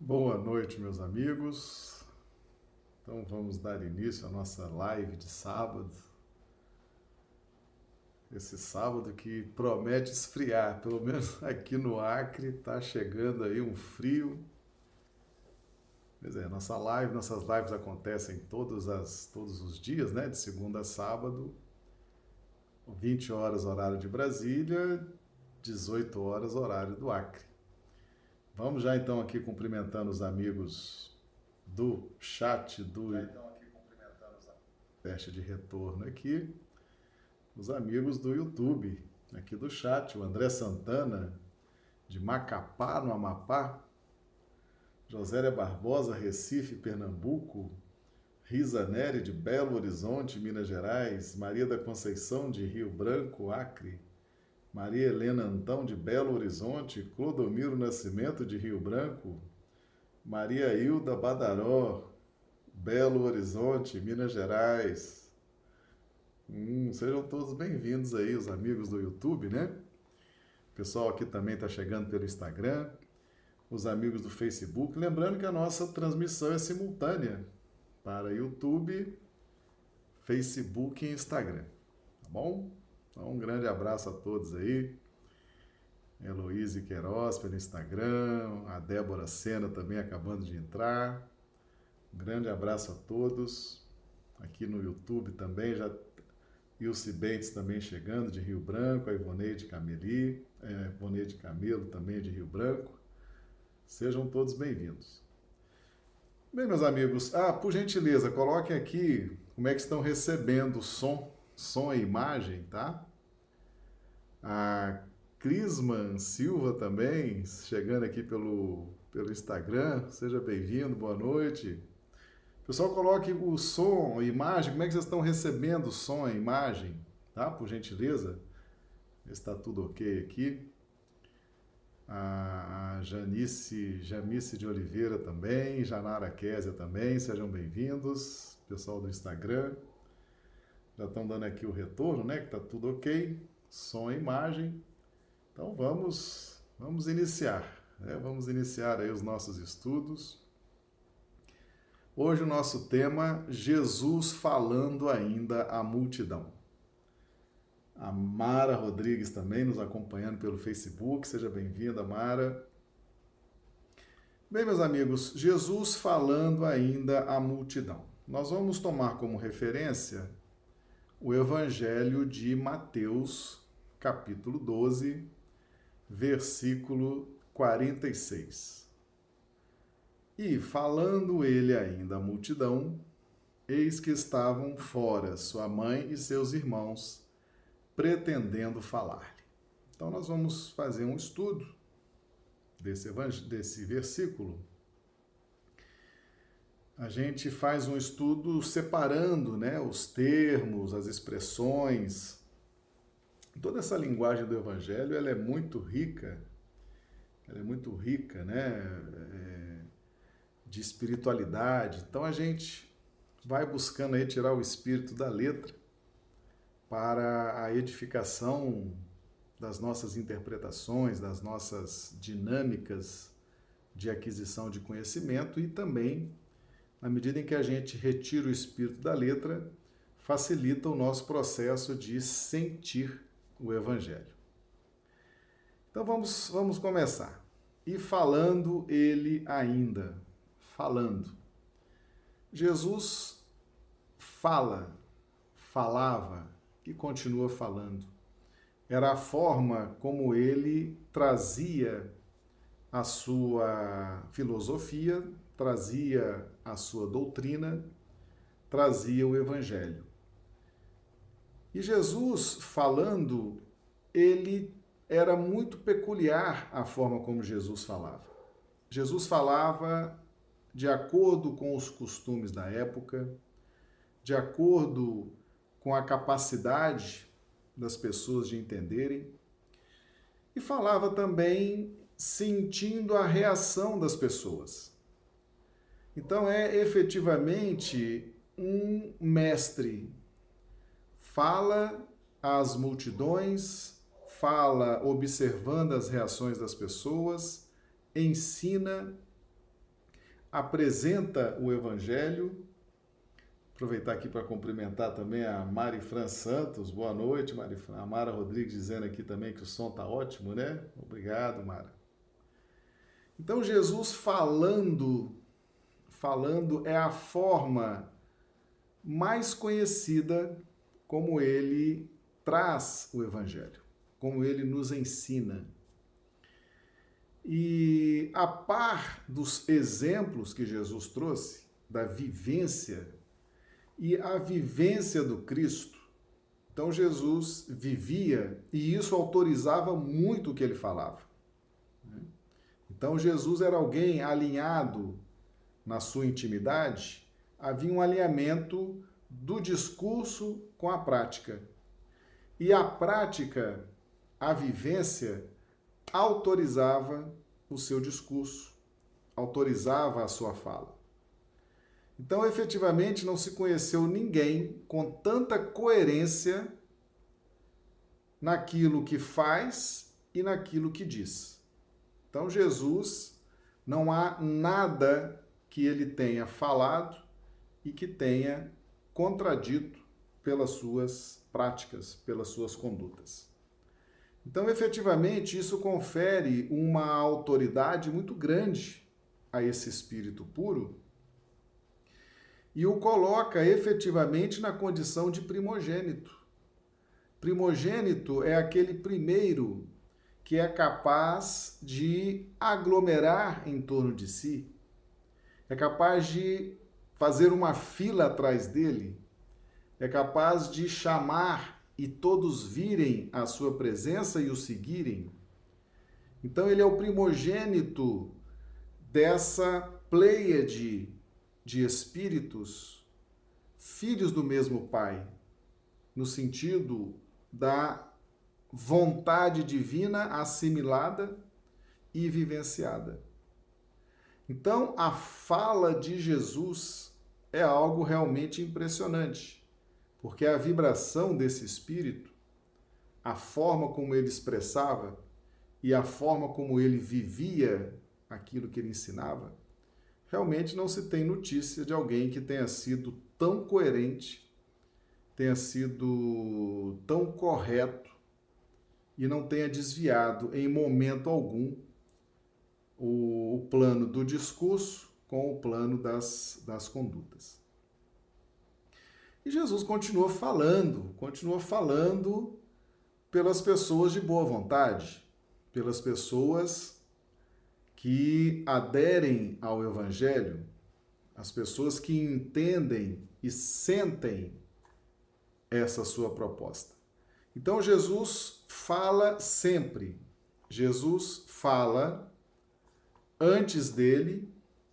Boa noite, meus amigos. Então vamos dar início à nossa live de sábado. Esse sábado que promete esfriar, pelo menos aqui no Acre está chegando aí um frio. Pois é, nossas lives acontecem todos os dias, né? De segunda a sábado, 20 horas horário de Brasília, 18 horas horário do Acre. Vamos já então aqui cumprimentando os amigos do chat do teste de retorno aqui, os amigos do YouTube aqui do chat, o André Santana de Macapá, no Amapá, Josélia Barbosa, Recife, Pernambuco, Risa Neri de Belo Horizonte, Minas Gerais, Maria da Conceição de Rio Branco, Acre, Maria Helena Antão de Belo Horizonte, Clodomiro Nascimento de Rio Branco, Maria Hilda Badaró, Belo Horizonte, Minas Gerais. Sejam todos bem-vindos aí, os amigos do YouTube, né? O pessoal aqui também está chegando pelo Instagram, os amigos do Facebook. Lembrando que a nossa transmissão é simultânea para YouTube, Facebook e Instagram, tá bom? Então, um grande abraço a todos aí. Heloíse Queiroz pelo Instagram, a Débora Sena também acabando de entrar. Um grande abraço a todos. Aqui no YouTube também, já Ilse Bentes também chegando de Rio Branco, a Ivoneide Camelo também de Rio Branco. Sejam todos bem-vindos. Bem, meus amigos, por gentileza, coloquem aqui como é que estão recebendo o som e imagem, tá? A Crisman Silva também, chegando aqui pelo Instagram. Seja bem-vindo, boa noite. Pessoal, coloque o som, a imagem, como é que vocês estão recebendo o som e a imagem, tá? Por gentileza. Está tudo ok aqui. A Janice de Oliveira também, Janara Kézia também, sejam bem-vindos. Pessoal do Instagram. Já estão dando aqui o retorno, né? Que está tudo ok. Som e imagem. Então vamos iniciar, né? Vamos iniciar aí os nossos estudos. Hoje o nosso tema, Jesus falando ainda à multidão. A Mara Rodrigues também nos acompanhando pelo Facebook. Seja bem-vinda, Mara. Bem, meus amigos, Jesus falando ainda à multidão. Nós vamos tomar como referência o Evangelho de Mateus, capítulo 12, versículo 46. E, falando ele ainda à multidão, eis que estavam fora sua mãe e seus irmãos, pretendendo falar-lhe. Então, nós vamos fazer um estudo desse versículo. A gente faz um estudo separando, né, os termos, as expressões. Toda essa linguagem do Evangelho, ela é muito rica, né, de espiritualidade. Então a gente vai buscando aí tirar o espírito da letra para a edificação das nossas interpretações, das nossas dinâmicas de aquisição de conhecimento e também, na medida em que a gente retira o espírito da letra, facilita o nosso processo de sentir o Evangelho. Então vamos começar. E falando ele ainda, falando. Jesus falava e continua falando. Era a forma como ele trazia a sua filosofia, trazia a sua doutrina, trazia o Evangelho. E Jesus falando, ele era muito peculiar a forma como Jesus falava. Jesus falava de acordo com os costumes da época, de acordo com a capacidade das pessoas de entenderem, e falava também sentindo a reação das pessoas. Então é efetivamente um mestre. Fala às multidões, fala observando as reações das pessoas, ensina apresenta o Evangelho. Aproveitar aqui para cumprimentar também a Mari Fran Santos. Boa noite, Mari Fran. A Mara Rodrigues dizendo aqui também que o som está ótimo, né? Obrigado, Mara. Então, Jesus falando é a forma mais conhecida como ele traz o Evangelho, como ele nos ensina. E a par dos exemplos que Jesus trouxe, da vivência, e a vivência do Cristo, então Jesus vivia e isso autorizava muito o que ele falava. Então Jesus era alguém alinhado na sua intimidade, havia um alinhamento do discurso com a prática. E a prática, a vivência, autorizava o seu discurso, autorizava a sua fala. Então, efetivamente, não se conheceu ninguém com tanta coerência naquilo que faz e naquilo que diz. Então, Jesus, não há nada que ele tenha falado e que tenha contradito pelas suas práticas, pelas suas condutas. Então, efetivamente, isso confere uma autoridade muito grande a esse Espírito puro, e o coloca efetivamente na condição de primogênito. Primogênito é aquele primeiro que é capaz de aglomerar em torno de si, é capaz de fazer uma fila atrás dele, é capaz de chamar e todos virem à sua presença e o seguirem. Então ele é o primogênito dessa pleiade de espíritos, filhos do mesmo Pai, no sentido da vontade divina assimilada e vivenciada. Então, a fala de Jesus é algo realmente impressionante, porque a vibração desse espírito, a forma como ele expressava e a forma como ele vivia aquilo que ele ensinava, realmente não se tem notícia de alguém que tenha sido tão coerente, tenha sido tão correto e não tenha desviado em momento algum o plano do discurso com o plano das condutas. E Jesus continua falando pelas pessoas de boa vontade, pelas pessoas que aderem ao Evangelho, as pessoas que entendem e sentem essa sua proposta. Então Jesus fala sempre. Jesus fala antes dele,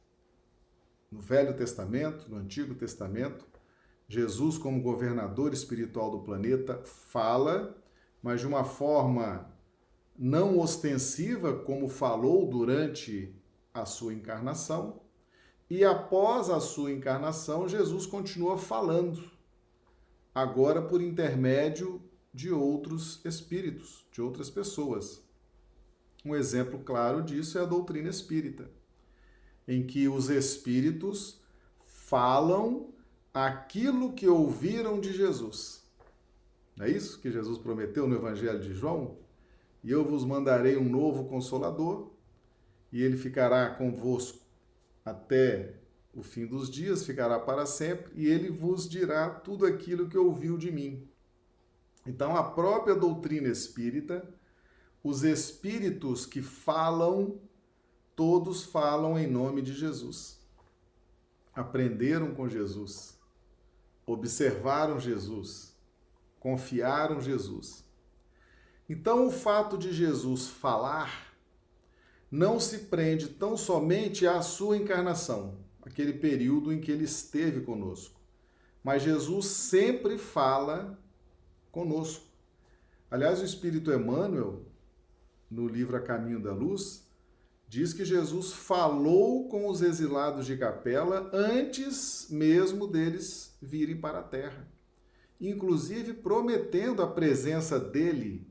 no Velho Testamento, no Antigo Testamento. Jesus, como governador espiritual do planeta, fala, mas de uma forma não ostensiva, como falou durante a sua encarnação, e após a sua encarnação, Jesus continua falando, agora por intermédio de outros espíritos, de outras pessoas. Um exemplo claro disso é a doutrina espírita, em que os espíritos falam aquilo que ouviram de Jesus. Não é isso que Jesus prometeu no Evangelho de João? E eu vos mandarei um novo Consolador, e ele ficará convosco até o fim dos dias, ficará para sempre, e ele vos dirá tudo aquilo que ouviu de mim. Então, a própria doutrina espírita, os espíritos que falam, todos falam em nome de Jesus. Aprenderam com Jesus, observaram Jesus, confiaram Jesus. Então, o fato de Jesus falar não se prende tão somente à sua encarnação, aquele período em que ele esteve conosco, mas Jesus sempre fala conosco. Aliás, o Espírito Emmanuel, no livro A Caminho da Luz, diz que Jesus falou com os exilados de Capela antes mesmo deles virem para a Terra, inclusive prometendo a presença dele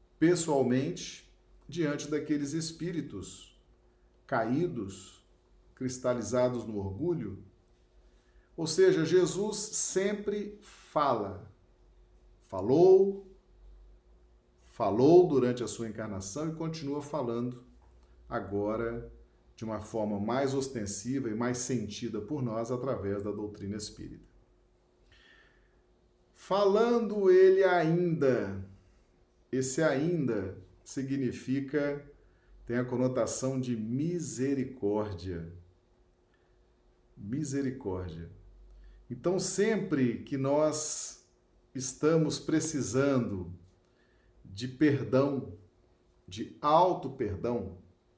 pessoalmente diante daqueles espíritos caídos, cristalizados no orgulho. Ou seja, Jesus sempre fala. Falou durante a sua encarnação e continua falando agora de uma forma mais ostensiva e mais sentida por nós através da doutrina espírita. Falando ele ainda, esse ainda significa, tem a conotação de misericórdia. Misericórdia. Então, sempre que nós estamos precisando de perdão, de auto-perdão,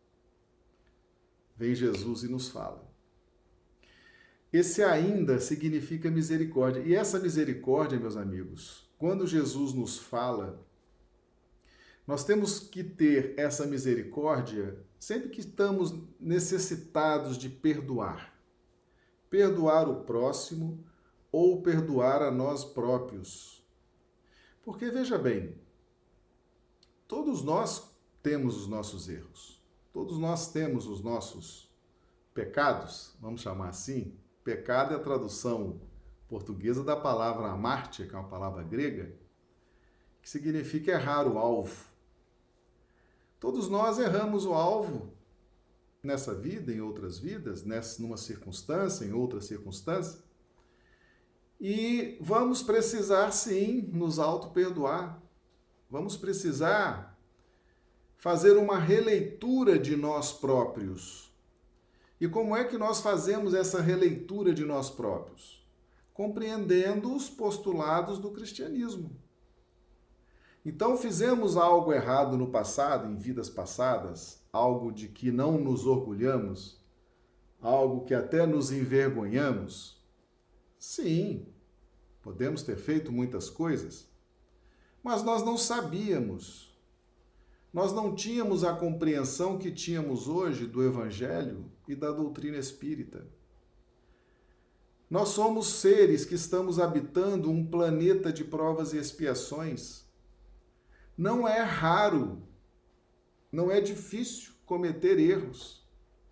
vem Jesus e nos fala. Esse ainda significa misericórdia. E essa misericórdia, meus amigos, quando Jesus nos fala, nós temos que ter essa misericórdia sempre que estamos necessitados de perdoar. Perdoar o próximo ou perdoar a nós próprios. Porque, veja bem, todos nós temos os nossos erros. Todos nós temos os nossos pecados, vamos chamar assim. Pecado é a tradução portuguesa da palavra amártia, que é uma palavra grega, que significa errar o alvo. Todos nós erramos o alvo nessa vida, em outras vidas, numa circunstância, em outra circunstância. E vamos precisar, sim, nos auto-perdoar. Vamos precisar fazer uma releitura de nós próprios. E como é que nós fazemos essa releitura de nós próprios? Compreendendo os postulados do cristianismo. Então, fizemos algo errado no passado, em vidas passadas, algo de que não nos orgulhamos, algo que até nos envergonhamos? Sim, podemos ter feito muitas coisas, mas nós não sabíamos. Nós não tínhamos a compreensão que tínhamos hoje do Evangelho e da doutrina espírita. Nós somos seres que estamos habitando um planeta de provas e expiações. Não é raro, não é difícil cometer erros.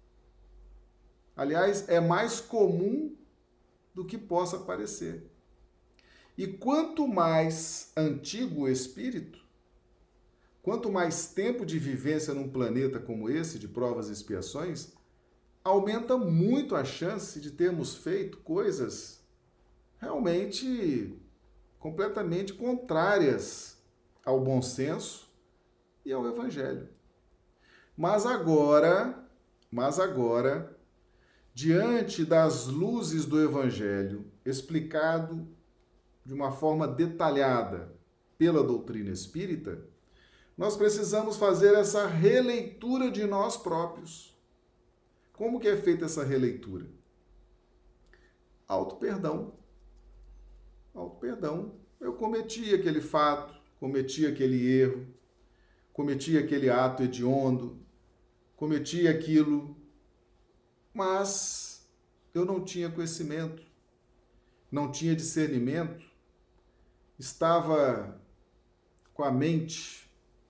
Aliás, é mais comum do que possa parecer. E quanto mais antigo o espírito, quanto mais tempo de vivência num planeta como esse, de provas e expiações, aumenta muito a chance de termos feito coisas realmente completamente contrárias ao bom senso e ao Evangelho. Mas agora, diante das luzes do Evangelho, explicado de uma forma detalhada pela doutrina espírita, nós precisamos fazer essa releitura de nós próprios. Como que é feita essa releitura? Auto-perdão. Auto-perdão. Eu cometi aquele fato, cometi aquele erro, cometi aquele ato hediondo, cometi aquilo, mas eu não tinha conhecimento, não tinha discernimento, estava com a mente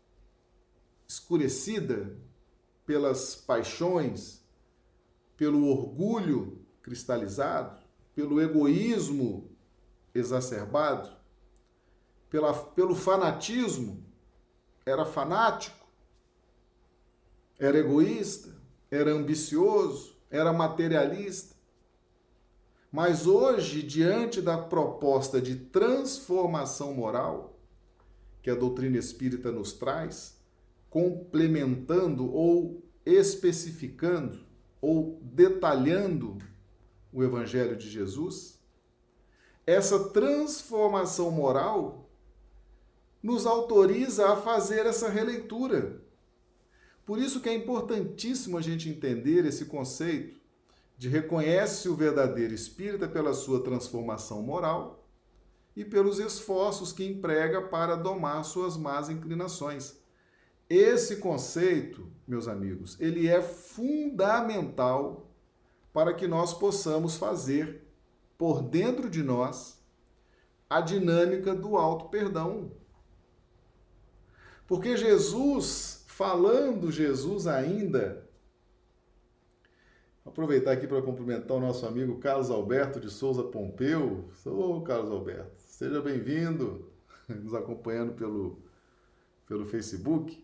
escurecida pelas paixões, pelo orgulho cristalizado, pelo egoísmo exacerbado, pelo fanatismo. Era fanático, era egoísta, era ambicioso, era materialista. Mas hoje, diante da proposta de transformação moral que a doutrina espírita nos traz, complementando ou especificando ou detalhando o Evangelho de Jesus, essa transformação moral nos autoriza a fazer essa releitura. Por isso que é importantíssimo a gente entender esse conceito de reconhece o verdadeiro espírita pela sua transformação moral e pelos esforços que emprega para domar suas más inclinações. Esse conceito, meus amigos, ele é fundamental para que nós possamos fazer por dentro de nós a dinâmica do auto-perdão. Porque Jesus, falando Jesus ainda, Aproveitar aqui para cumprimentar o nosso amigo Carlos Alberto de Souza Pompeu. Sou Carlos Alberto, seja bem-vindo, nos acompanhando pelo Facebook.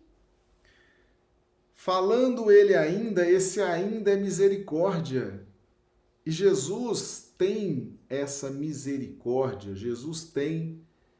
Falando ele ainda, esse ainda é misericórdia. E Jesus tem essa misericórdia, Jesus tem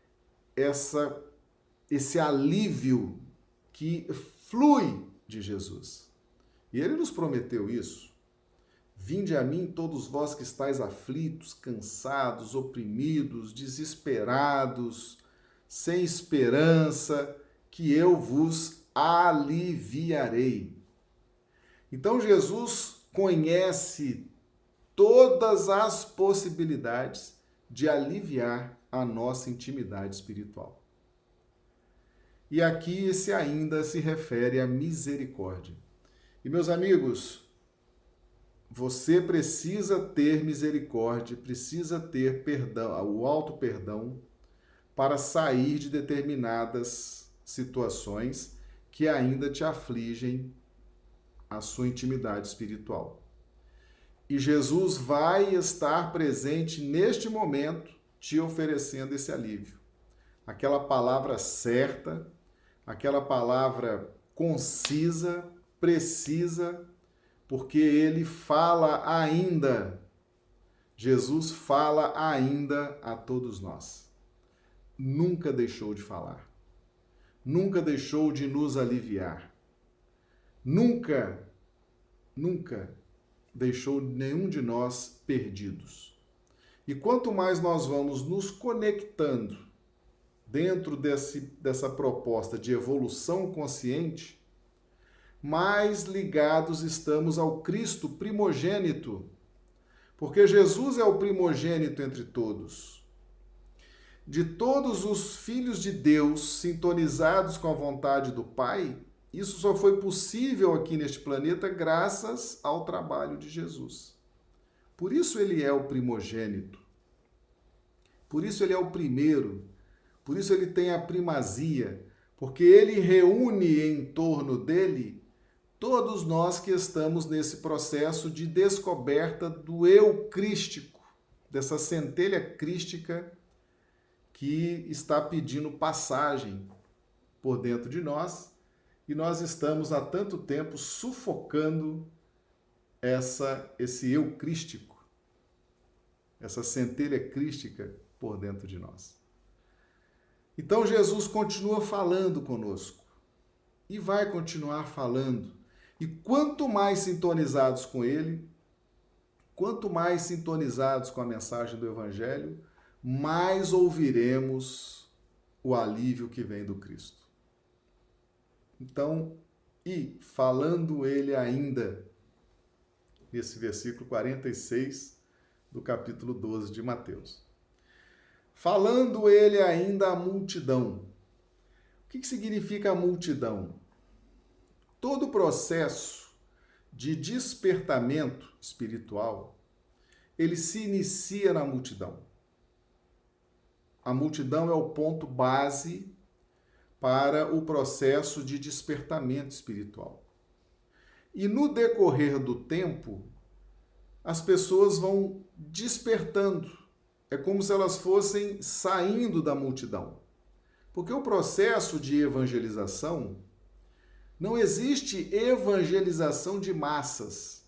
esse alívio que flui de Jesus. E ele nos prometeu isso. Vinde a mim todos vós que estáis aflitos, cansados, oprimidos, desesperados, sem esperança, que eu vos aliviarei. Então Jesus conhece todas as possibilidades de aliviar a nossa intimidade espiritual. E aqui esse ainda se refere à misericórdia. E meus amigos, você precisa ter misericórdia, precisa ter perdão, o auto perdão, para sair de determinadas situações que ainda te afligem a sua intimidade espiritual. E Jesus vai estar presente neste momento, te oferecendo esse alívio. Aquela palavra certa, aquela palavra concisa, precisa, porque ele fala ainda. Jesus fala ainda a todos nós. Nunca deixou de falar. Nunca deixou de nos aliviar. Nunca deixou nenhum de nós perdidos. E quanto mais nós vamos nos conectando dentro dessa proposta de evolução consciente, mais ligados estamos ao Cristo primogênito. Porque Jesus é o primogênito entre todos. De todos os filhos de Deus sintonizados com a vontade do Pai, isso só foi possível aqui neste planeta graças ao trabalho de Jesus. Por isso ele é o primogênito. Por isso ele é o primeiro. Por isso ele tem a primazia. Porque ele reúne em torno dele todos nós que estamos nesse processo de descoberta do eu crístico, dessa centelha crística que está pedindo passagem por dentro de nós, e nós estamos há tanto tempo sufocando esse eu crístico, essa centelha crística por dentro de nós. Então Jesus continua falando conosco e vai continuar falando. E quanto mais sintonizados com ele, quanto mais sintonizados com a mensagem do Evangelho, mais ouviremos o alívio que vem do Cristo. Então, e falando ele ainda, esse versículo 46 do capítulo 12 de Mateus. Falando ele ainda à multidão. O que significa a multidão? Todo o processo de despertamento espiritual, ele se inicia na multidão. A multidão é o ponto base para o processo de despertamento espiritual. E no decorrer do tempo, as pessoas vão despertando. É como se elas fossem saindo da multidão. Porque o processo de evangelização, não existe evangelização de massas.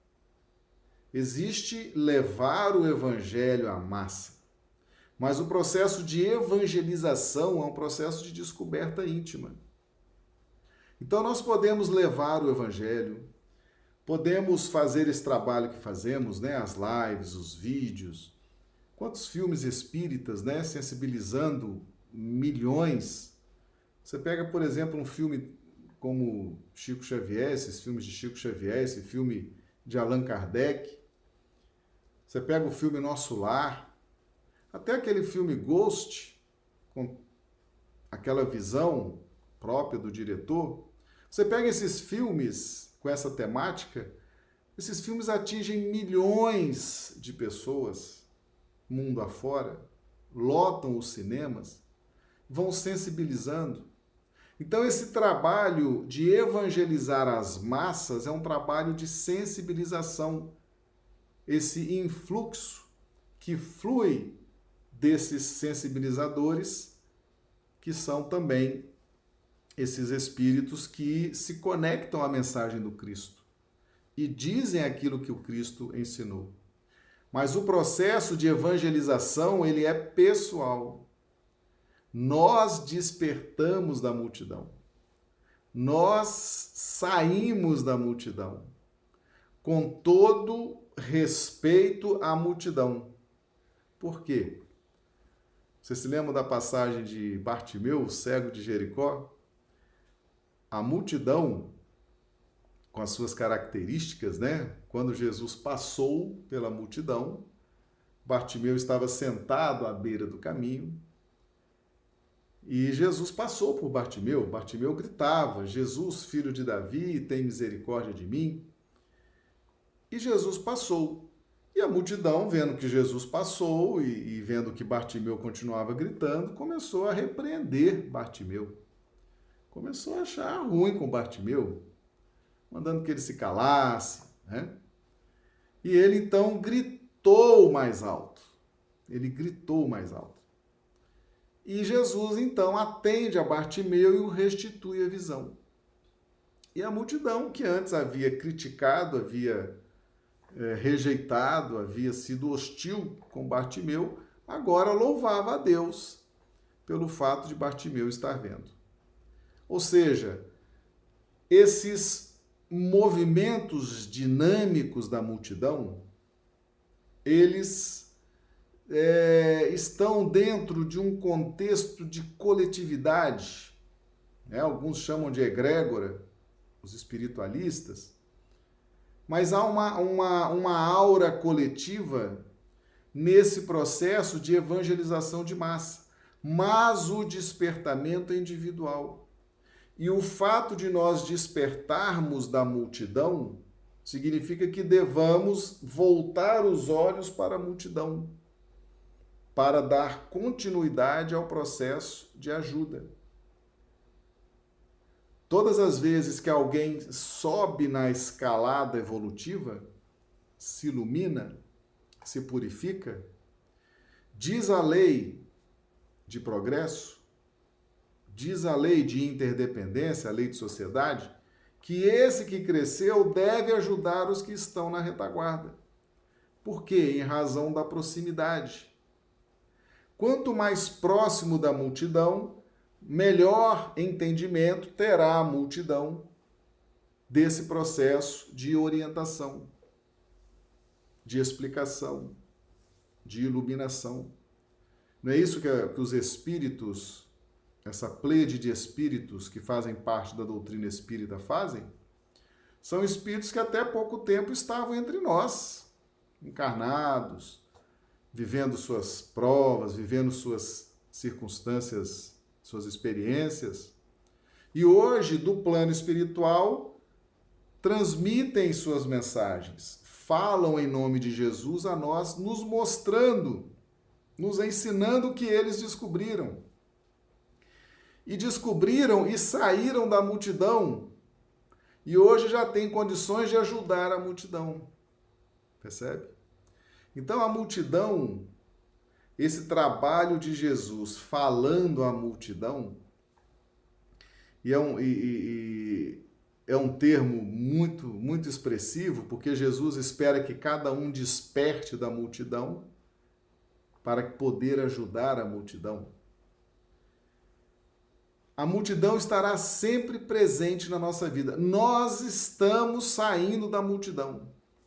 Existe levar o evangelho à massa. Mas o processo de evangelização é um processo de descoberta íntima. Então nós podemos levar o evangelho, podemos fazer esse trabalho que fazemos, né? As lives, os vídeos. Quantos filmes espíritas, né? Sensibilizando milhões. Você pega, por exemplo, um filme como Chico Xavier, esses filmes de Chico Xavier, esse filme de Allan Kardec. Você pega o filme Nosso Lar, até aquele filme Ghost, com aquela visão própria do diretor. Você pega esses filmes com essa temática, esses filmes atingem milhões de pessoas, mundo afora, lotam os cinemas, vão sensibilizando. Então, esse trabalho de evangelizar as massas é um trabalho de sensibilização. Esse influxo que flui desses sensibilizadores, que são também esses espíritos que se conectam à mensagem do Cristo e dizem aquilo que o Cristo ensinou. Mas o processo de evangelização, ele é pessoal. Nós despertamos da multidão. Nós saímos da multidão. Com todo respeito à multidão. Por quê? Você se lembra da passagem de Bartimeu, o cego de Jericó? A multidão, com as suas características, né? Quando Jesus passou pela multidão, Bartimeu estava sentado à beira do caminho e Jesus passou por Bartimeu. Bartimeu gritava: Jesus, filho de Davi, tem misericórdia de mim. E Jesus passou. E a multidão, vendo que Jesus passou e vendo que Bartimeu continuava gritando, começou a repreender Bartimeu. Começou a achar ruim com Bartimeu, mandando que ele se calasse, né? E ele então gritou mais alto. Ele gritou mais alto. E Jesus então atende a Bartimeu e o restitui a visão. E a multidão, que antes havia criticado, havia rejeitado, havia sido hostil com Bartimeu, agora louvava a Deus pelo fato de Bartimeu estar vendo. Ou seja, esses movimentos dinâmicos da multidão, eles estão dentro de um contexto de coletividade, né? Alguns chamam de egrégora, os espiritualistas, mas há uma aura coletiva nesse processo de evangelização de massa, mas o despertamento é individual. E o fato de nós despertarmos da multidão significa que devamos voltar os olhos para a multidão, para dar continuidade ao processo de ajuda. Todas as vezes que alguém sobe na escalada evolutiva, se ilumina, se purifica, diz a lei de progresso, diz a lei de interdependência, a lei de sociedade, que esse que cresceu deve ajudar os que estão na retaguarda. Por quê? Em razão da proximidade. Quanto mais próximo da multidão, melhor entendimento terá a multidão desse processo de orientação, de explicação, de iluminação. Não é isso que os espíritos, essa pleiade de espíritos que fazem parte da doutrina espírita fazem? São espíritos que até pouco tempo estavam entre nós, encarnados, vivendo suas provas, vivendo suas circunstâncias, suas experiências, e hoje, do plano espiritual, transmitem suas mensagens, falam em nome de Jesus a nós, nos mostrando, nos ensinando o que eles descobriram. E descobriram e saíram da multidão, e hoje já têm condições de ajudar a multidão. Percebe? Então a multidão, esse trabalho de Jesus falando à multidão, e é um termo muito, muito expressivo, porque Jesus espera que cada um desperte da multidão para poder ajudar a multidão. A multidão estará sempre presente na nossa vida. Nós estamos saindo da multidão.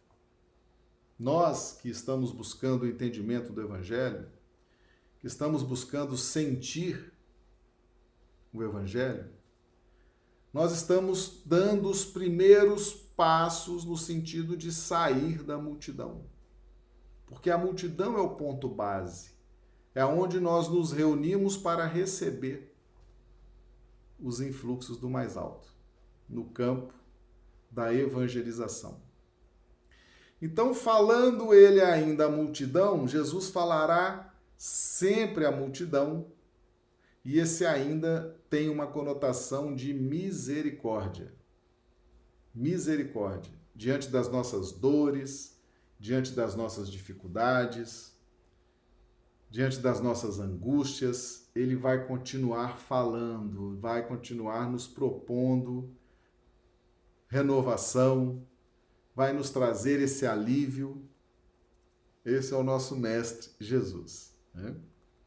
Nós que estamos buscando o entendimento do Evangelho, que estamos buscando sentir o Evangelho, nós estamos dando os primeiros passos no sentido de sair da multidão. Porque a multidão é o ponto base, é onde nós nos reunimos para receber os influxos do mais alto, no campo da evangelização. Então, falando ele ainda à multidão, Jesus falará sempre à multidão E esse ainda tem uma conotação de misericórdia. Misericórdia. Diante das nossas dores, diante das nossas dificuldades, diante das nossas angústias, ele vai continuar falando, vai continuar nos propondo renovação, vai nos trazer esse alívio. Esse é o nosso Mestre Jesus, né?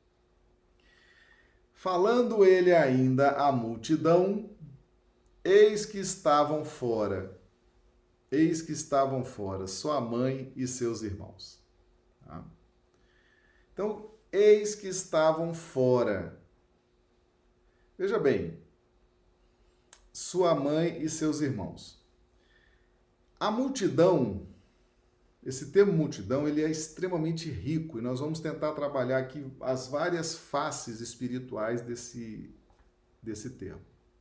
Falando ele ainda à multidão, eis que estavam fora, sua mãe e seus irmãos. Tá? Então, eis que estavam fora. Veja bem, sua mãe e seus irmãos. A multidão, esse termo multidão, ele é extremamente rico e nós vamos tentar trabalhar aqui as várias faces espirituais desse termo.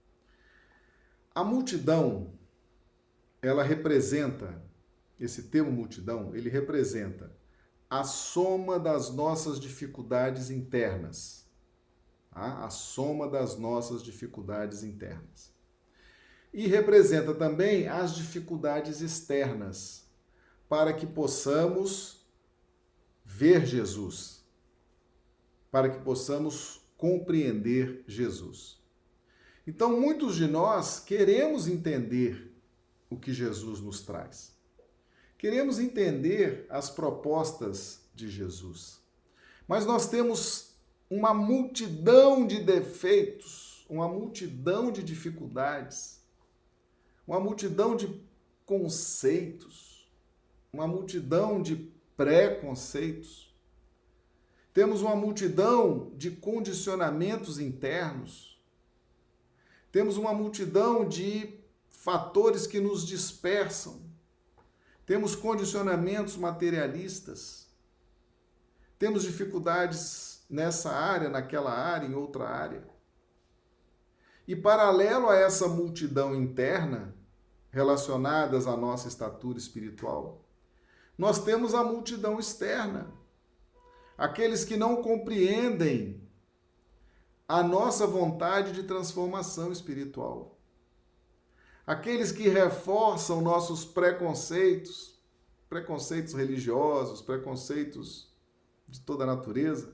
A multidão, ela representa, esse termo multidão, ele representa a soma das nossas dificuldades internas. Tá? A soma das nossas dificuldades internas. E representa também as dificuldades externas, para que possamos ver Jesus, para que possamos compreender Jesus. Então, muitos de nós queremos entender o que Jesus nos traz. Queremos entender as propostas de Jesus. Mas nós temos uma multidão de defeitos, uma multidão de dificuldades, uma multidão de conceitos, uma multidão de preconceitos. Temos uma multidão de condicionamentos internos. Temos uma multidão de fatores que nos dispersam. Temos condicionamentos materialistas. Temos dificuldades nessa área, naquela área, em outra área. E paralelo a essa multidão interna, relacionadas à nossa estatura espiritual, nós temos a multidão externa. Aqueles que não compreendem a nossa vontade de transformação espiritual. Aqueles que reforçam nossos preconceitos, preconceitos religiosos, preconceitos de toda natureza.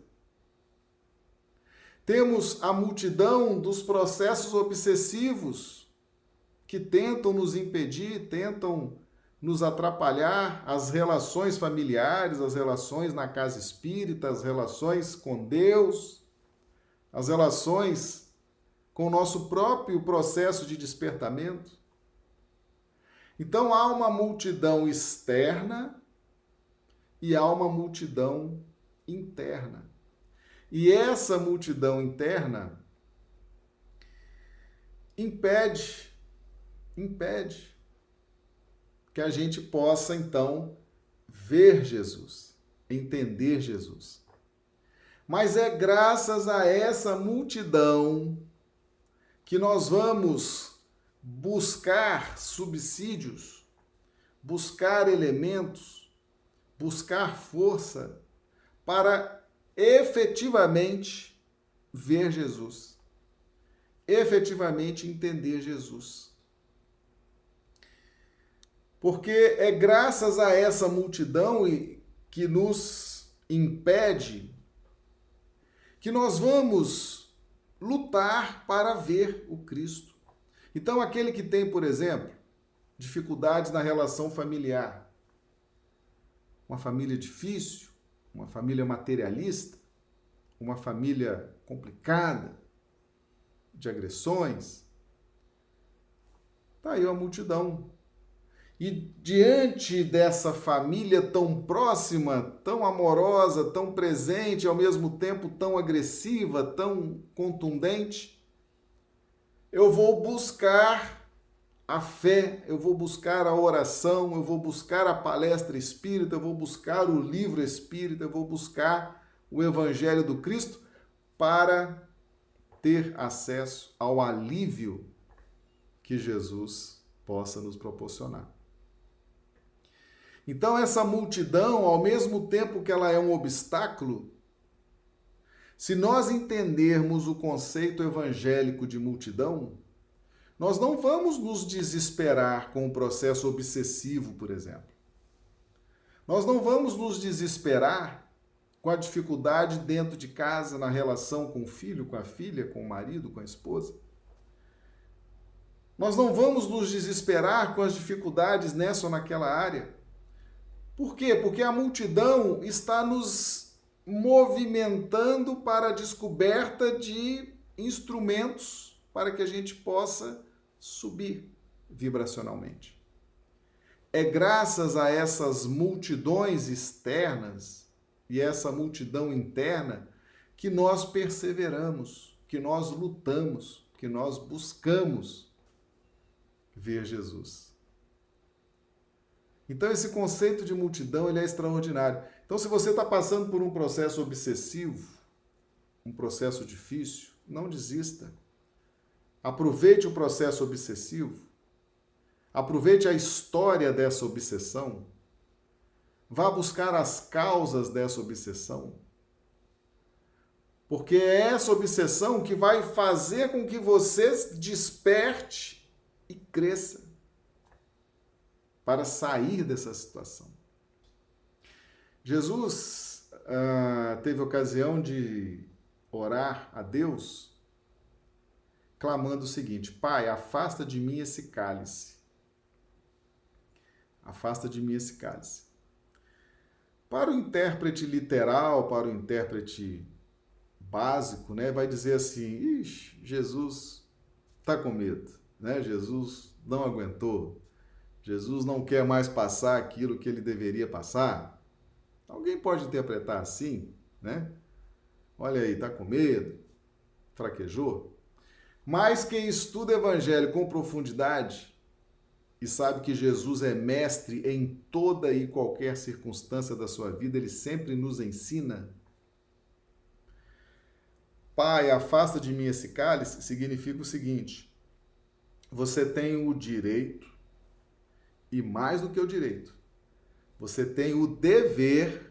Temos a multidão dos processos obsessivos que tentam nos impedir, tentam nos atrapalhar, as relações familiares, as relações na casa espírita, as relações com Deus, as relações com o nosso próprio processo de despertamento. Então há uma multidão externa e há uma multidão interna. E essa multidão interna impede que a gente possa, então, ver Jesus, entender Jesus. Mas é graças a essa multidão que nós vamos buscar subsídios, buscar elementos, buscar força para efetivamente ver Jesus, efetivamente entender Jesus. Porque é graças a essa multidão que nos impede que nós vamos lutar para ver o Cristo. Então, aquele que tem, por exemplo, dificuldades na relação familiar, uma família difícil, uma família materialista, uma família complicada, de agressões, está aí uma multidão. E diante dessa família tão próxima, tão amorosa, tão presente, ao mesmo tempo tão agressiva, tão contundente, eu vou buscar a fé, eu vou buscar a oração, eu vou buscar a palestra espírita, eu vou buscar o livro espírita, eu vou buscar o Evangelho do Cristo para ter acesso ao alívio que Jesus possa nos proporcionar. Então, essa multidão, ao mesmo tempo que ela é um obstáculo, Se nós entendermos o conceito evangélico de multidão, nós não vamos nos desesperar com o processo obsessivo, por exemplo. Nós não vamos nos desesperar com a dificuldade dentro de casa, na relação com o filho, com a filha, com o marido, com a esposa. Nós não vamos nos desesperar com as dificuldades nessa ou naquela área. Por quê? Porque a multidão está nos movimentando para a descoberta de instrumentos para que a gente possa subir vibracionalmente. É graças a essas multidões externas e essa multidão interna que nós perseveramos, que nós lutamos, que nós buscamos ver Jesus. Então esse conceito de multidão ele é extraordinário. Então se você está passando por um processo obsessivo, um processo difícil, não desista. Aproveite o processo obsessivo. Aproveite a história dessa obsessão. Vá buscar as causas dessa obsessão. Porque é essa obsessão que vai fazer com que você desperte e cresça para sair dessa situação. Jesus teve ocasião de orar a Deus clamando o seguinte: Pai, afasta de mim esse cálice. Afasta de mim esse cálice. Para o intérprete literal, para o intérprete básico, né, vai dizer assim: Ixi, Jesus está com medo, né? Jesus não aguentou. Jesus não quer mais passar aquilo que ele deveria passar. Alguém pode interpretar assim, né? Olha aí, está com medo, fraquejou. Mas quem estuda o Evangelho com profundidade e sabe que Jesus é mestre em toda e qualquer circunstância da sua vida, ele sempre nos ensina. Pai, afasta de mim esse cálice, significa o seguinte: você tem o direito, e mais do que o direito, você tem o dever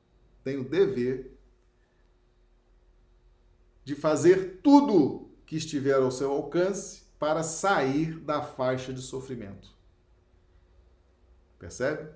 de fazer tudo que estiver ao seu alcance para sair da faixa de sofrimento. Percebe?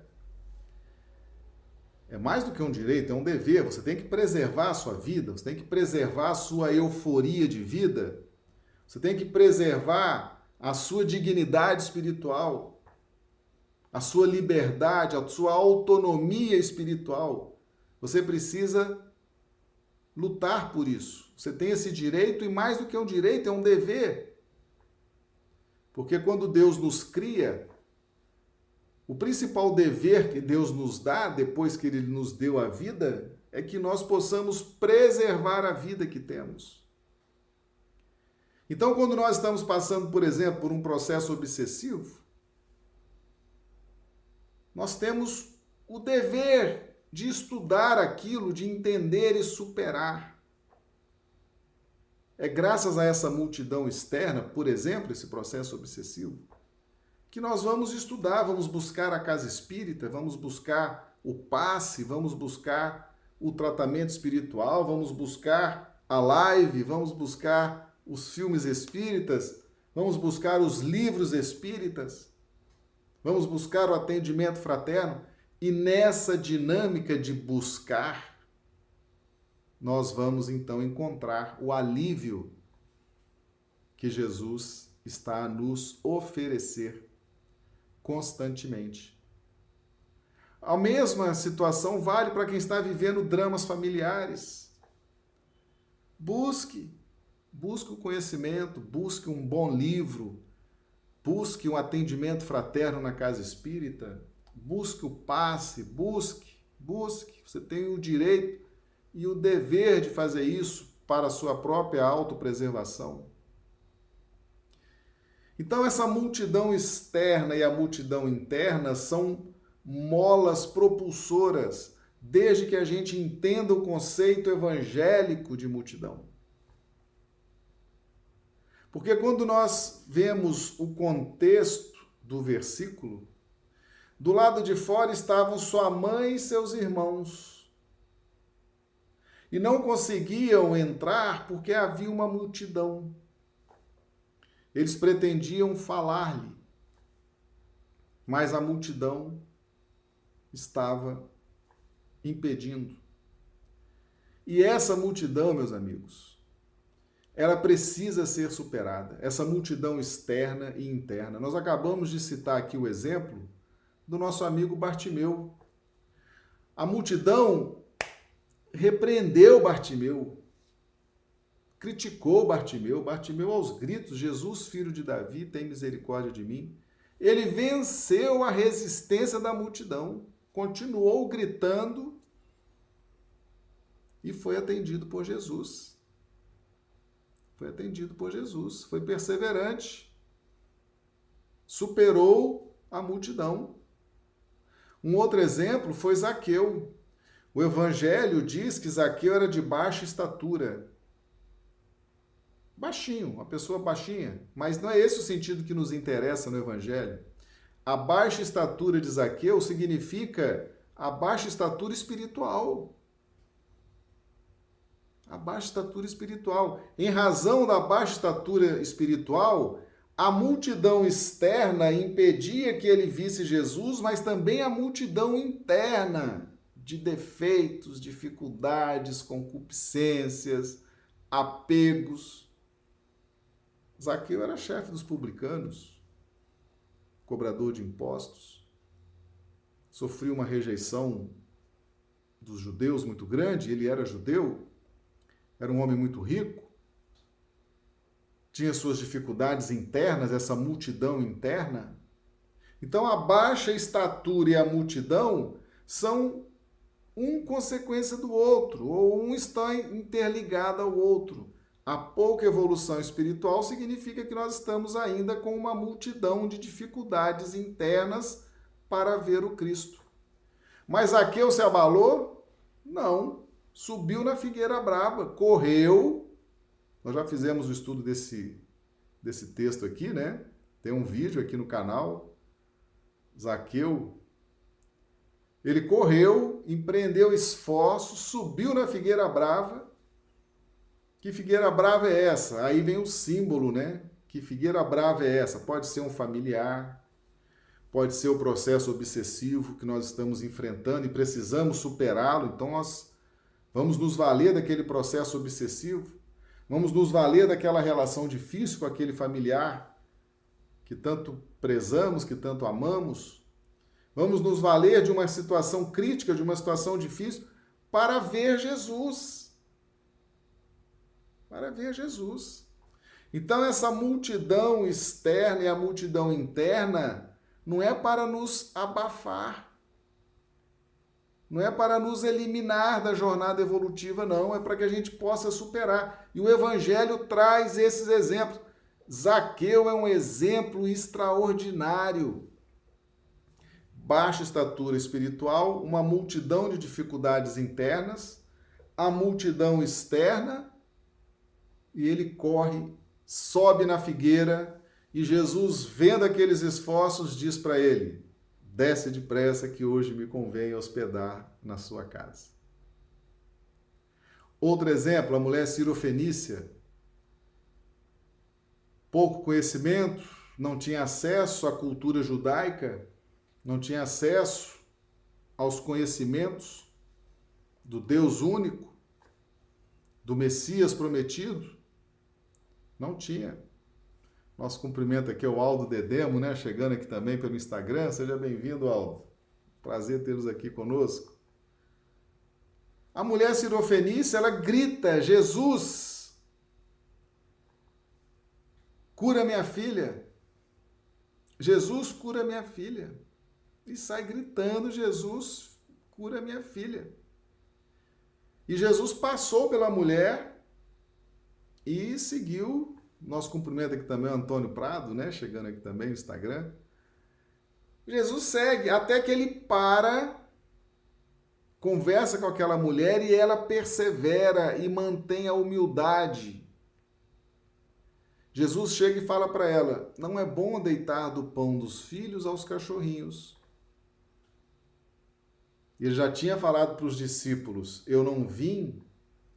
É mais do que um direito, é um dever. Você tem que preservar a sua vida, você tem que preservar a sua euforia de vida, você tem que preservar a sua dignidade espiritual, a sua liberdade, a sua autonomia espiritual. Você precisa lutar por isso. Você tem esse direito e mais do que um direito, é um dever. Porque quando Deus nos cria, o principal dever que Deus nos dá, depois que Ele nos deu a vida, é que nós possamos preservar a vida que temos. Então, quando nós estamos passando, por exemplo, por um processo obsessivo, nós temos o dever de estudar aquilo, de entender e superar. É graças a essa multidão externa, por exemplo, esse processo obsessivo, que nós vamos estudar, vamos buscar a casa espírita, vamos buscar o passe, vamos buscar o tratamento espiritual, vamos buscar a live, vamos buscar os filmes espíritas, vamos buscar os livros espíritas, vamos buscar o atendimento fraterno. E nessa dinâmica de buscar, nós vamos então encontrar o alívio que Jesus está a nos oferecer constantemente. A mesma situação vale para quem está vivendo dramas familiares. Busque o conhecimento, busque um bom livro, busque um atendimento fraterno na casa espírita, busque o passe, busque. Você tem o direito e o dever de fazer isso para a sua própria autopreservação. Então, essa multidão externa e a multidão interna são molas propulsoras, desde que a gente entenda o conceito evangélico de multidão. Porque quando nós vemos o contexto do versículo, do lado de fora estavam sua mãe e seus irmãos. E não conseguiam entrar porque havia uma multidão. Eles pretendiam falar-lhe, mas a multidão estava impedindo. E essa multidão, meus amigos, ela precisa ser superada. Essa multidão externa e interna. Nós acabamos de citar aqui o exemplo do nosso amigo Bartimeu. A multidão repreendeu Bartimeu, criticou Bartimeu, Bartimeu aos gritos: Jesus, filho de Davi, tem misericórdia de mim. Ele venceu a resistência da multidão, continuou gritando e foi atendido por Jesus. Foi atendido por Jesus, foi perseverante, superou a multidão. Um outro exemplo foi Zaqueu. O Evangelho diz que Zaqueu era de baixa estatura. Baixinho, uma pessoa baixinha. Mas não é esse o sentido que nos interessa no Evangelho. A baixa estatura de Zaqueu significa a baixa estatura espiritual. A baixa estatura espiritual. Em razão da baixa estatura espiritual, a multidão externa impedia que ele visse Jesus, mas também a multidão interna de defeitos, dificuldades, concupiscências, apegos. Zaqueu era chefe dos publicanos, cobrador de impostos, sofreu uma rejeição dos judeus muito grande, ele era judeu, era um homem muito rico, tinha suas dificuldades internas, essa multidão interna. Então, a baixa estatura e a multidão são consequência do outro, ou um está interligado ao outro. A pouca evolução espiritual significa que nós estamos ainda com uma multidão de dificuldades internas para ver o Cristo. Mas Zaqueu se abalou? Não. Subiu na figueira braba, correu. Nós já fizemos o estudo desse texto aqui, né? Tem um vídeo aqui no canal. Zaqueu, ele correu, empreendeu esforços, subiu na figueira brava. Que figueira brava é essa? Aí vem o símbolo, né? Que figueira brava é essa? Pode ser um familiar, pode ser o processo obsessivo que nós estamos enfrentando e precisamos superá-lo. Então nós vamos nos valer daquele processo obsessivo, vamos nos valer daquela relação difícil com aquele familiar que tanto prezamos, que tanto amamos. Vamos nos valer de uma situação crítica, de uma situação difícil, para ver Jesus. Para ver Jesus. Então, essa multidão externa e a multidão interna não é para nos abafar, não é para nos eliminar da jornada evolutiva, não. É para que a gente possa superar. E o Evangelho traz esses exemplos. Zaqueu é um exemplo extraordinário. Baixa estatura espiritual, uma multidão de dificuldades internas, a multidão externa, e ele corre, sobe na figueira, e Jesus, vendo aqueles esforços, diz para ele: desce depressa que hoje me convém hospedar na sua casa. Outro exemplo, a mulher cirofenícia. Pouco conhecimento, não tinha acesso à cultura judaica, não tinha acesso aos conhecimentos do Deus único, do Messias prometido. Não tinha. Nosso cumprimento aqui é o Aldo Dedemo, né? Chegando aqui também pelo Instagram. Seja bem-vindo, Aldo. Prazer tê-los aqui conosco. A mulher cirofenícia, ela grita: Jesus, cura minha filha. Jesus, cura minha filha. E sai gritando: Jesus, cura minha filha. E Jesus passou pela mulher e seguiu. Nosso cumprimento aqui também é o Antônio Prado, né? Chegando aqui também no Instagram. Jesus segue até que ele para, conversa com aquela mulher e ela persevera e mantém a humildade. Jesus chega e fala para ela: não é bom deitar do pão dos filhos aos cachorrinhos. Ele já tinha falado para os discípulos: eu não vim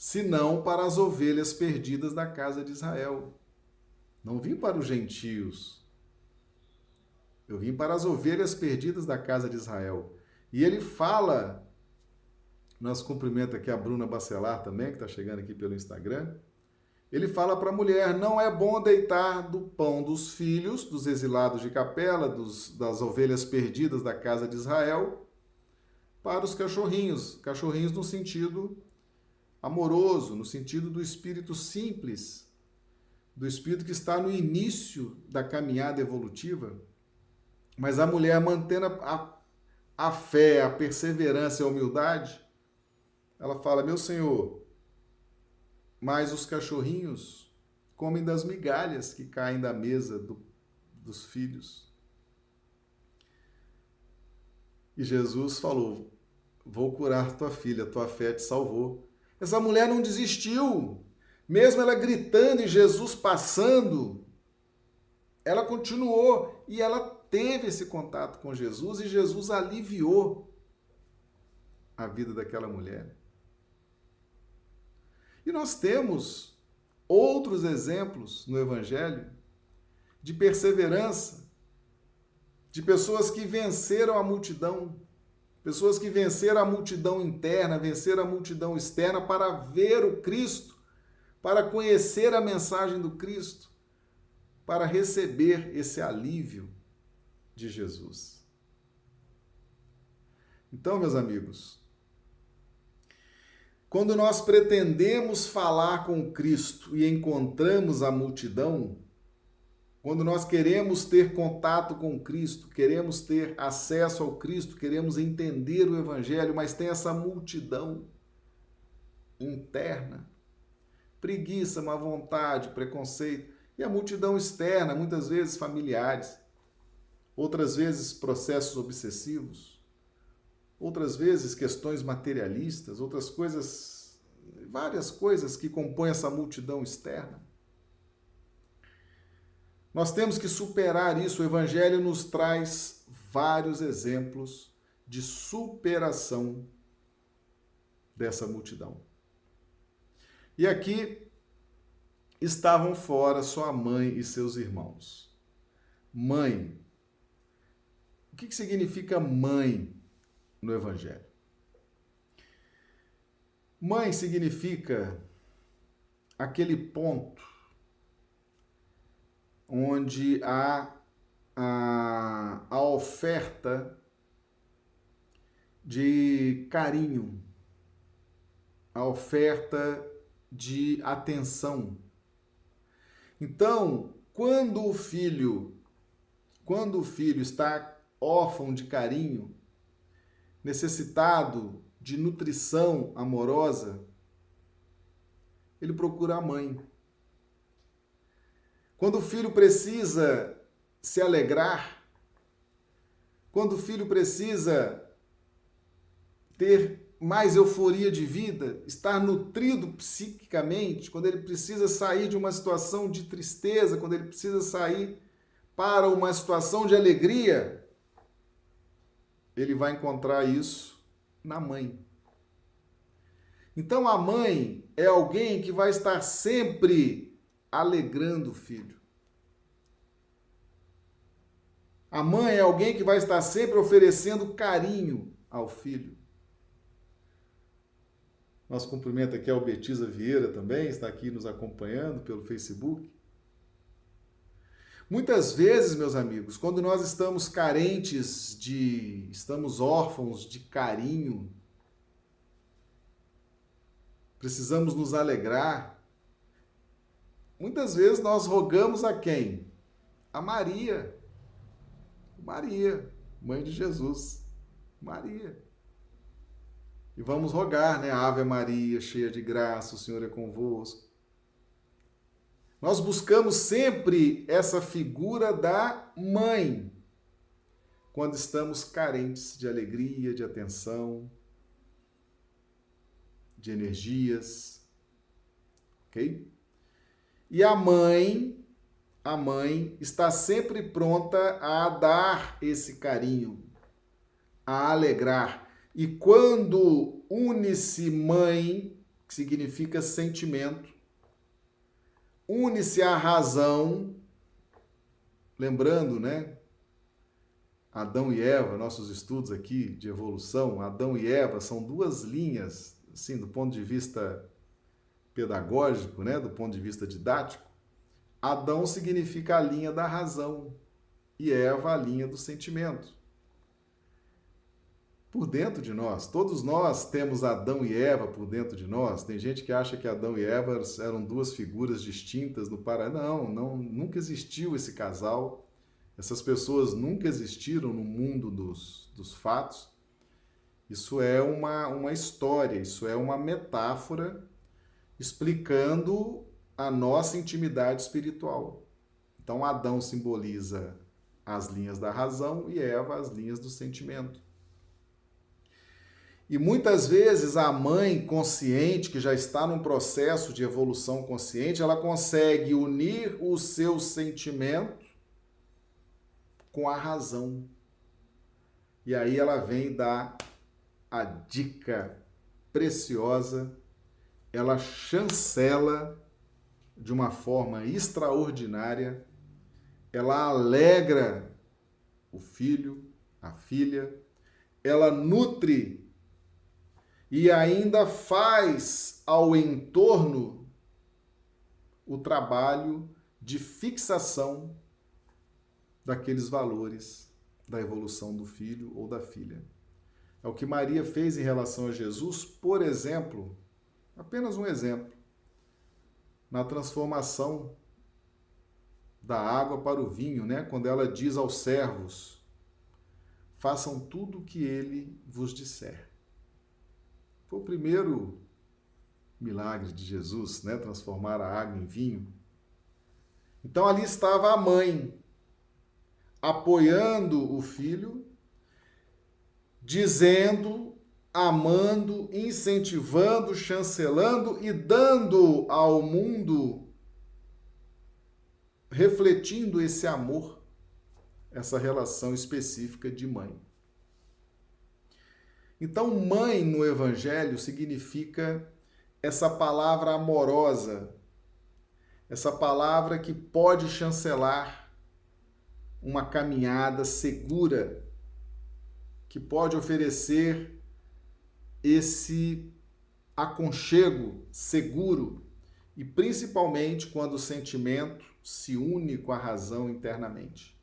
senão para as ovelhas perdidas da casa de Israel. Não vim para os gentios. Eu vim para as ovelhas perdidas da casa de Israel. E ele fala, nosso cumprimento aqui a Bruna Bacelar também, que está chegando aqui pelo Instagram. Ele fala para a mulher, não é bom deitar do pão dos filhos, dos exilados de Capela, das ovelhas perdidas da casa de Israel, para os cachorrinhos. Cachorrinhos no sentido amoroso, no sentido do espírito simples, do espírito que está no início da caminhada evolutiva. Mas a mulher mantendo a fé, a perseverança e a humildade, ela fala, meu Senhor, mas os cachorrinhos comem das migalhas que caem da mesa dos filhos. E Jesus falou, vou curar tua filha, tua fé te salvou. Essa mulher não desistiu, mesmo ela gritando e Jesus passando, ela continuou e ela teve esse contato com Jesus e Jesus aliviou a vida daquela mulher. E nós temos outros exemplos no Evangelho de perseverança, de pessoas que venceram a multidão, pessoas que venceram a multidão interna, venceram a multidão externa para ver o Cristo, para conhecer a mensagem do Cristo, para receber esse alívio de Jesus. Então, meus amigos, quando nós pretendemos falar com Cristo e encontramos a multidão, quando nós queremos ter contato com Cristo, queremos ter acesso ao Cristo, queremos entender o Evangelho, mas tem essa multidão interna, preguiça, má vontade, preconceito, e a multidão externa, muitas vezes familiares, outras vezes processos obsessivos, outras vezes questões materialistas, outras coisas, várias coisas que compõem essa multidão externa. Nós temos que superar isso. O Evangelho nos traz vários exemplos de superação dessa multidão. E aqui estavam fora sua mãe e seus irmãos. Mãe. O que significa mãe no Evangelho? Mãe significa aquele ponto onde há a oferta de carinho, a oferta de atenção. Então, quando o filho está órfão de carinho, necessitado de nutrição amorosa, ele procura a mãe. Quando o filho precisa se alegrar, quando o filho precisa ter mais euforia de vida, estar nutrido psiquicamente, quando ele precisa sair de uma situação de tristeza, quando ele precisa sair para uma situação de alegria, ele vai encontrar isso na mãe. Então a mãe é alguém que vai estar sempre alegrando o filho. A mãe é alguém que vai estar sempre oferecendo carinho ao filho. Nosso cumprimento aqui ao Betisa Vieira também, está aqui nos acompanhando pelo Facebook. Muitas vezes, meus amigos, quando nós estamos carentes estamos órfãos de carinho, precisamos nos alegrar, muitas vezes nós rogamos a quem? A Maria. Maria, mãe de Jesus. Maria. E vamos rogar, né? Ave Maria, cheia de graça, o Senhor é convosco. Nós buscamos sempre essa figura da mãe quando estamos carentes de alegria, de atenção, de energias, ok? E a mãe está sempre pronta a dar esse carinho, a alegrar. E quando une-se mãe, que significa sentimento. Une-se à razão, lembrando, né? Adão e Eva, nossos estudos aqui de evolução, Adão e Eva são duas linhas, assim, do ponto de vista pedagógico, né? Do ponto de vista didático. Adão significa a linha da razão e Eva a linha do sentimento. Por dentro de nós, todos nós temos Adão e Eva por dentro de nós. Tem gente que acha que Adão e Eva eram duas figuras distintas no paraíso. Não, nunca existiu esse casal. Essas pessoas nunca existiram no mundo dos fatos. Isso é uma história, isso é uma metáfora explicando a nossa intimidade espiritual. Então, Adão simboliza as linhas da razão e Eva as linhas do sentimento. E muitas vezes a mãe consciente, que já está num processo de evolução consciente, ela consegue unir o seu sentimento com a razão. E aí ela vem dar a dica preciosa, ela chancela de uma forma extraordinária, ela alegra o filho, a filha, ela nutre e ainda faz ao entorno o trabalho de fixação daqueles valores da evolução do filho ou da filha. É o que Maria fez em relação a Jesus, por exemplo, apenas um exemplo, na transformação da água para o vinho, né? Quando ela diz aos servos, façam tudo o que ele vos disser. Foi o primeiro milagre de Jesus, né? Transformar a água em vinho. Então ali estava a mãe, apoiando o filho, dizendo, amando, incentivando, chancelando e dando ao mundo, refletindo esse amor, essa relação específica de mãe. Então, mãe no Evangelho significa essa palavra amorosa, essa palavra que pode chancelar uma caminhada segura, que pode oferecer esse aconchego seguro, e principalmente quando o sentimento se une com a razão internamente.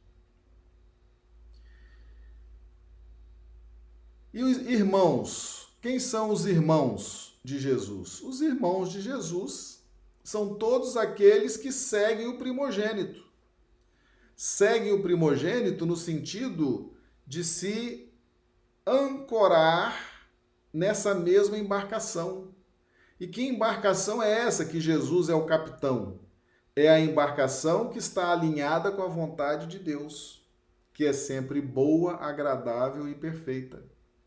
E os irmãos? Quem são os irmãos de Jesus? Os irmãos de Jesus são todos aqueles que seguem o primogênito. Seguem o primogênito no sentido de se ancorar nessa mesma embarcação. E que embarcação é essa que Jesus é o capitão? É a embarcação que está alinhada com a vontade de Deus, que é sempre boa, agradável e perfeita.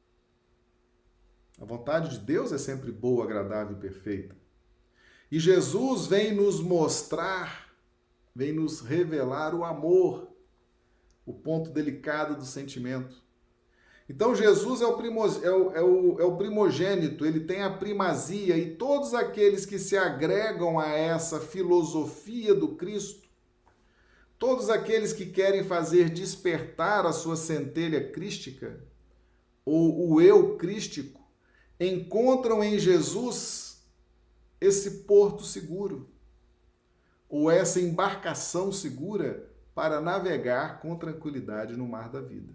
A vontade de Deus é sempre boa, agradável e perfeita. E Jesus vem nos mostrar, vem nos revelar o amor, o ponto delicado do sentimento. Então Jesus é o primogênito, ele tem a primazia, e todos aqueles que se agregam a essa filosofia do Cristo, todos aqueles que querem fazer despertar a sua centelha crística, ou o eu crístico, encontram em Jesus esse porto seguro, ou essa embarcação segura para navegar com tranquilidade no mar da vida.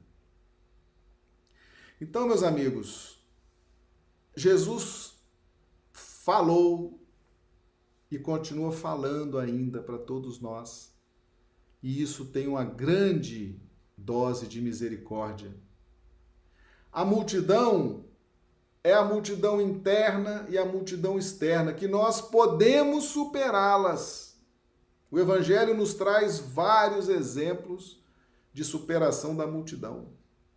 Então, meus amigos, Jesus falou e continua falando ainda para todos nós, e isso tem uma grande dose de misericórdia. A multidão é a multidão interna e a multidão externa, que nós podemos superá-las. O Evangelho nos traz vários exemplos de superação da multidão.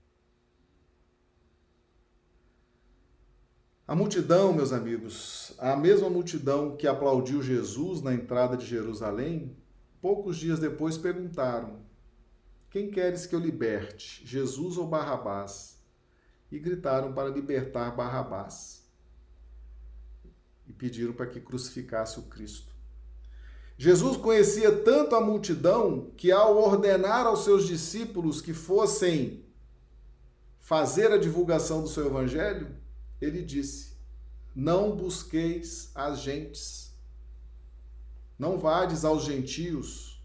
A multidão, meus amigos, a mesma multidão que aplaudiu Jesus na entrada de Jerusalém, poucos dias depois perguntaram: quem queres que eu liberte, Jesus ou Barrabás? E gritaram para libertar Barrabás. e pediram para que crucificasse o Cristo. Jesus conhecia tanto a multidão que, ao ordenar aos seus discípulos que fossem fazer a divulgação do seu evangelho, ele disse: não busqueis as gentes, não vades aos gentios,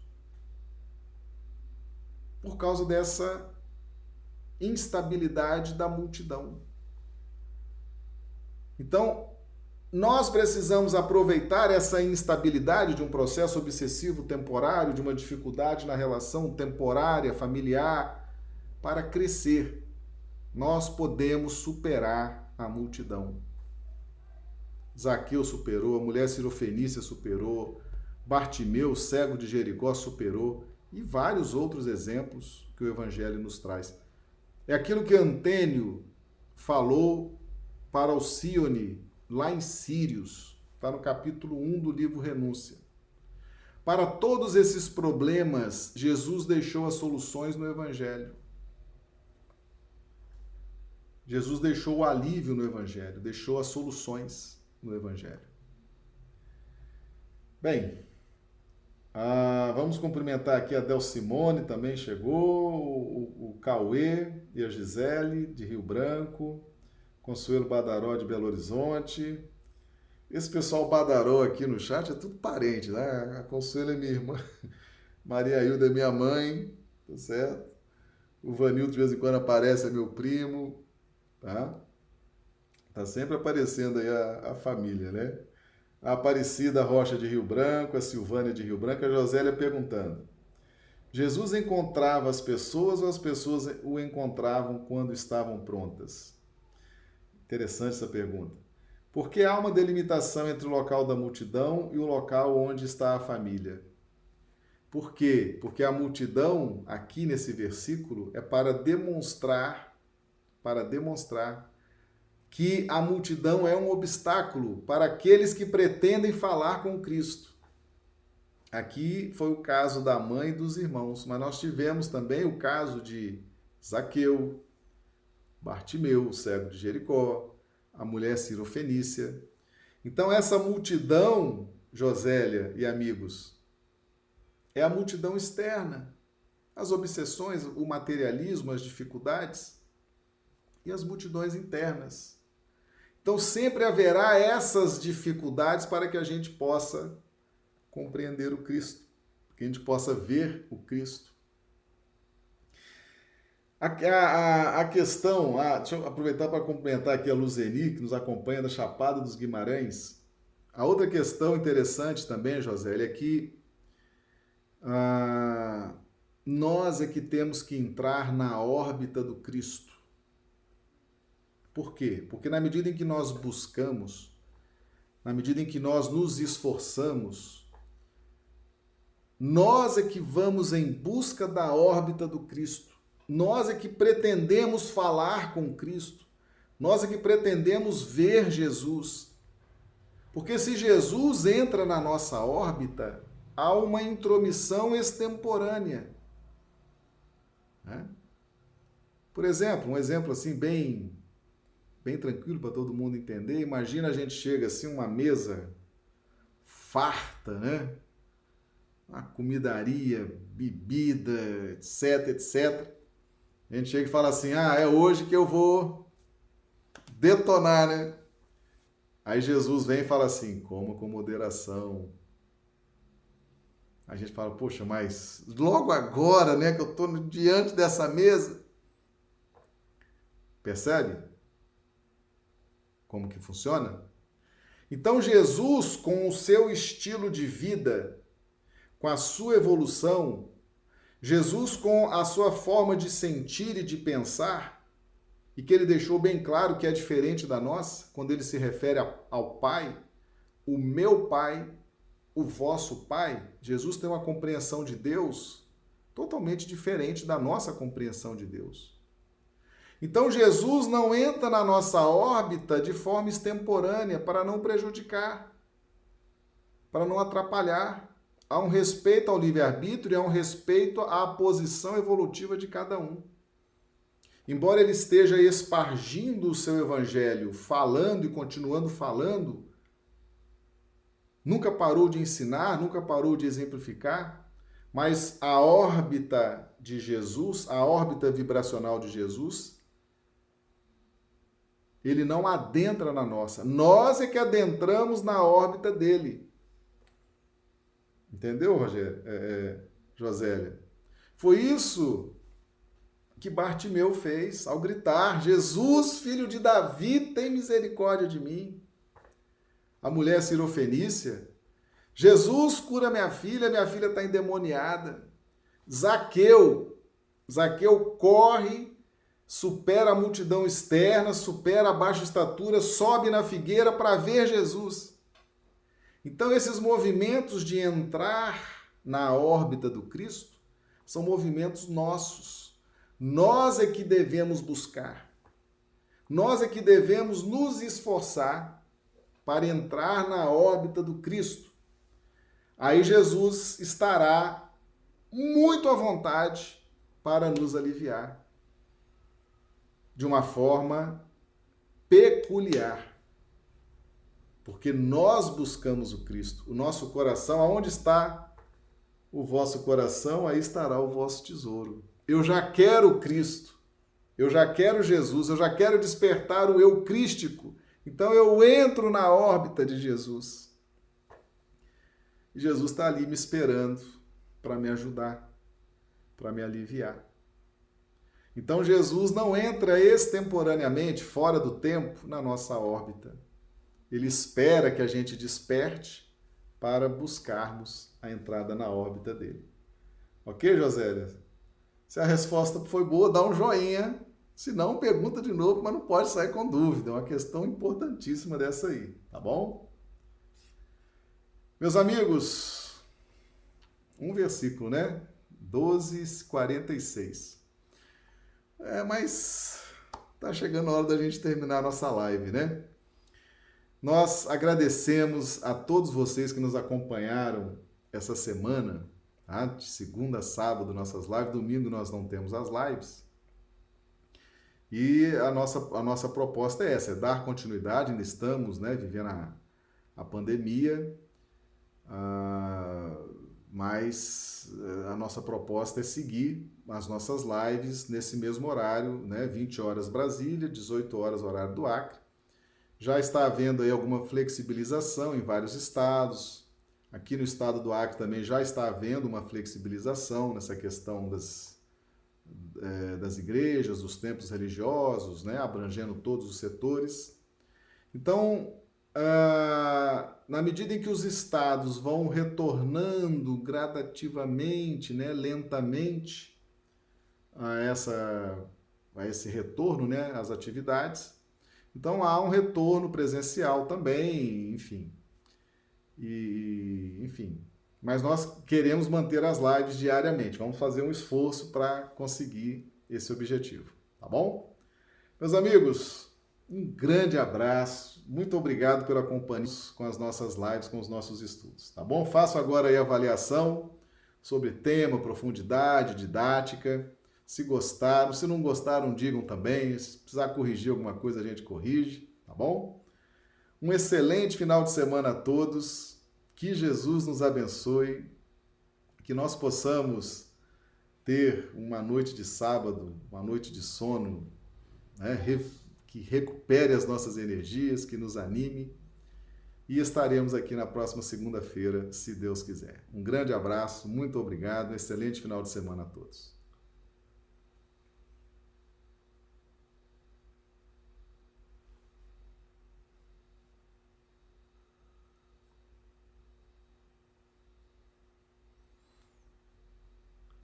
por causa dessa instabilidade da multidão. Então, nós precisamos aproveitar essa instabilidade de um processo obsessivo temporário, de uma dificuldade na relação temporária, familiar, para crescer. Nós podemos superar a multidão. Zaqueu superou, a mulher cirofenícia superou, Bartimeu, cego de Jericó, superou, e vários outros exemplos que o Evangelho nos traz. É aquilo que Antênio falou para Alcíone, lá em Sírios, está no capítulo 1 do livro Renúncia. Para todos esses problemas, Jesus deixou as soluções no Evangelho. Jesus deixou o alívio no Evangelho, deixou as soluções no Evangelho. Bem, vamos cumprimentar aqui a Delcimone, também chegou, o Cauê e a Gisele, de Rio Branco, Consuelo Badaró, de Belo Horizonte. Esse pessoal Badaró aqui no chat é tudo parente, né? A Consuelo é minha irmã, Maria Hilda é minha mãe, tá certo? O Vanildo de vez em quando aparece, é meu primo, tá? Tá sempre aparecendo aí a família, né? A Aparecida Rocha de Rio Branco, a Silvânia de Rio Branco, a Josélia perguntando: Jesus encontrava as pessoas ou as pessoas o encontravam quando estavam prontas? Interessante essa pergunta. Porque há uma delimitação entre o local da multidão e o local onde está a família. Por quê? Porque a multidão, aqui nesse versículo, é para demonstrar que a multidão é um obstáculo para aqueles que pretendem falar com Cristo. Aqui foi o caso da mãe e dos irmãos, mas nós tivemos também o caso de Zaqueu, Bartimeu, o cego de Jericó, a mulher cirofenícia. Então essa multidão, Josélia e amigos, é a multidão externa. As obsessões, o materialismo, as dificuldades e as multidões internas. Então sempre haverá essas dificuldades para que a gente possa compreender o Cristo, que a gente possa ver o Cristo. A questão, deixa eu aproveitar para cumprimentar aqui a Luzeni, que nos acompanha da Chapada dos Guimarães. A outra questão interessante também, José, é que nós é que temos que entrar na órbita do Cristo. Por quê? Porque na medida em que nós buscamos, na medida em que nós nos esforçamos, nós é que vamos em busca da órbita do Cristo. Nós é que pretendemos falar com Cristo. Nós é que pretendemos ver Jesus. Porque se Jesus entra na nossa órbita, há uma intromissão extemporânea. Né? Por exemplo, um exemplo assim bem tranquilo para todo mundo entender. Imagina a gente chega assim, uma mesa farta, né? Uma comidaria, bebida, etc, etc. A gente chega e fala assim: é hoje que eu vou detonar, né? Aí Jesus vem e fala assim: coma com moderação. A gente fala: poxa, mas logo agora, né, que eu estou diante dessa mesa. Percebe como que funciona? Então Jesus, com o seu estilo de vida, com a sua evolução, Jesus com a sua forma de sentir e de pensar, e que ele deixou bem claro que é diferente da nossa, quando ele se refere ao Pai, o meu Pai, o vosso Pai, Jesus tem uma compreensão de Deus totalmente diferente da nossa compreensão de Deus. Então Jesus não entra na nossa órbita de forma extemporânea para não prejudicar, para não atrapalhar. Há um respeito ao livre-arbítrio e há um respeito à posição evolutiva de cada um. Embora ele esteja espargindo o seu evangelho, falando e continuando falando, nunca parou de ensinar, nunca parou de exemplificar, mas a órbita de Jesus, a órbita vibracional de Jesus, ele não adentra na nossa. Nós é que adentramos na órbita dele. Entendeu, Rogério? Josélia? Foi isso que Bartimeu fez ao gritar: Jesus, filho de Davi, tem misericórdia de mim. A mulher cirofenícia: Jesus, cura minha filha está endemoniada. Zaqueu corre, supera a multidão externa, supera a baixa estatura, sobe na figueira para ver Jesus. Então, esses movimentos de entrar na órbita do Cristo são movimentos nossos. Nós é que devemos buscar. Nós é que devemos nos esforçar para entrar na órbita do Cristo. Aí Jesus estará muito à vontade para nos aliviar de uma forma peculiar. Porque nós buscamos o Cristo. O nosso coração, aonde está o vosso coração, aí estará o vosso tesouro. Eu já quero o Cristo, eu já quero Jesus, eu já quero despertar o eu crístico. Então eu entro na órbita de Jesus. E Jesus está ali me esperando para me ajudar, para me aliviar. Então Jesus não entra extemporaneamente, fora do tempo, na nossa órbita. Ele espera que a gente desperte para buscarmos a entrada na órbita dele. Ok, Josélia? Se a resposta foi boa, dá um joinha. Se não, pergunta de novo, mas não pode sair com dúvida. É uma questão importantíssima dessa aí, tá bom? Meus amigos, um versículo, né? 12:46. Mas tá chegando a hora da gente terminar a nossa live, né? Nós agradecemos a todos vocês que nos acompanharam essa semana, tá? De segunda a sábado, nossas lives. Domingo nós não temos as lives. E a nossa proposta é essa, é dar continuidade. Ainda estamos, né, vivendo a pandemia, mas a nossa proposta é seguir as nossas lives nesse mesmo horário, né, 20 horas Brasília, 18 horas horário do Acre. Já está havendo aí alguma flexibilização em vários estados. Aqui no estado do Acre também já está havendo uma flexibilização nessa questão das igrejas, dos templos religiosos, né, abrangendo todos os setores. Então, na medida em que os estados vão retornando gradativamente, né, lentamente a esse retorno, né, às atividades, então há um retorno presencial também, enfim. Mas nós queremos manter as lives diariamente. Vamos fazer um esforço para conseguir esse objetivo, tá bom? Meus amigos, um grande abraço. Muito obrigado pela companhia com as nossas lives, com os nossos estudos, tá bom? Faço agora aí a avaliação sobre tema, profundidade, didática. Se gostaram, se não gostaram, digam também. Se precisar corrigir alguma coisa, a gente corrige, tá bom? Um excelente final de semana a todos. Que Jesus nos abençoe. Que nós possamos ter uma noite de sábado, uma noite de sono, né? Que recupere as nossas energias, que nos anime. E estaremos aqui na próxima segunda-feira, se Deus quiser. Um grande abraço, muito obrigado. Um excelente final de semana a todos.